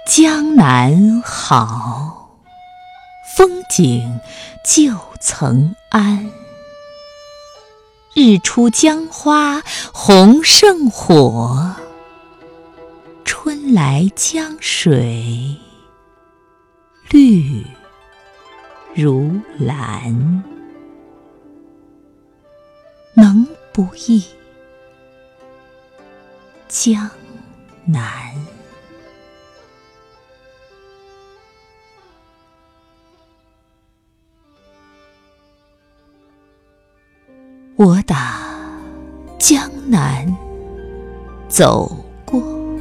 江南好，风景旧曾谙。日出江花红胜火，春来江水绿如蓝。能不忆江南？我打江南走过，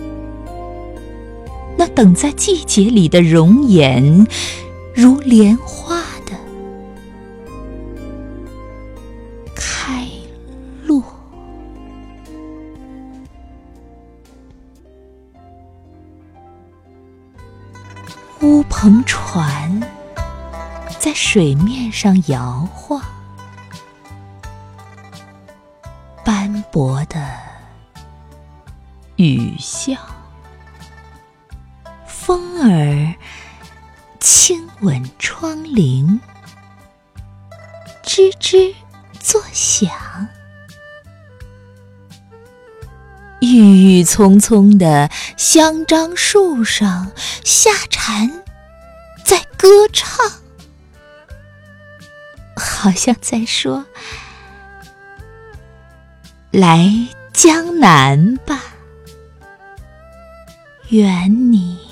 那等在季节里的容颜，如莲花的开落。乌篷船在水面上摇晃，斑驳的雨笑，风儿轻吻窗棂，吱吱作响。郁郁葱葱的香樟树上，夏蝉在歌唱，好像在说：来江南吧，愿你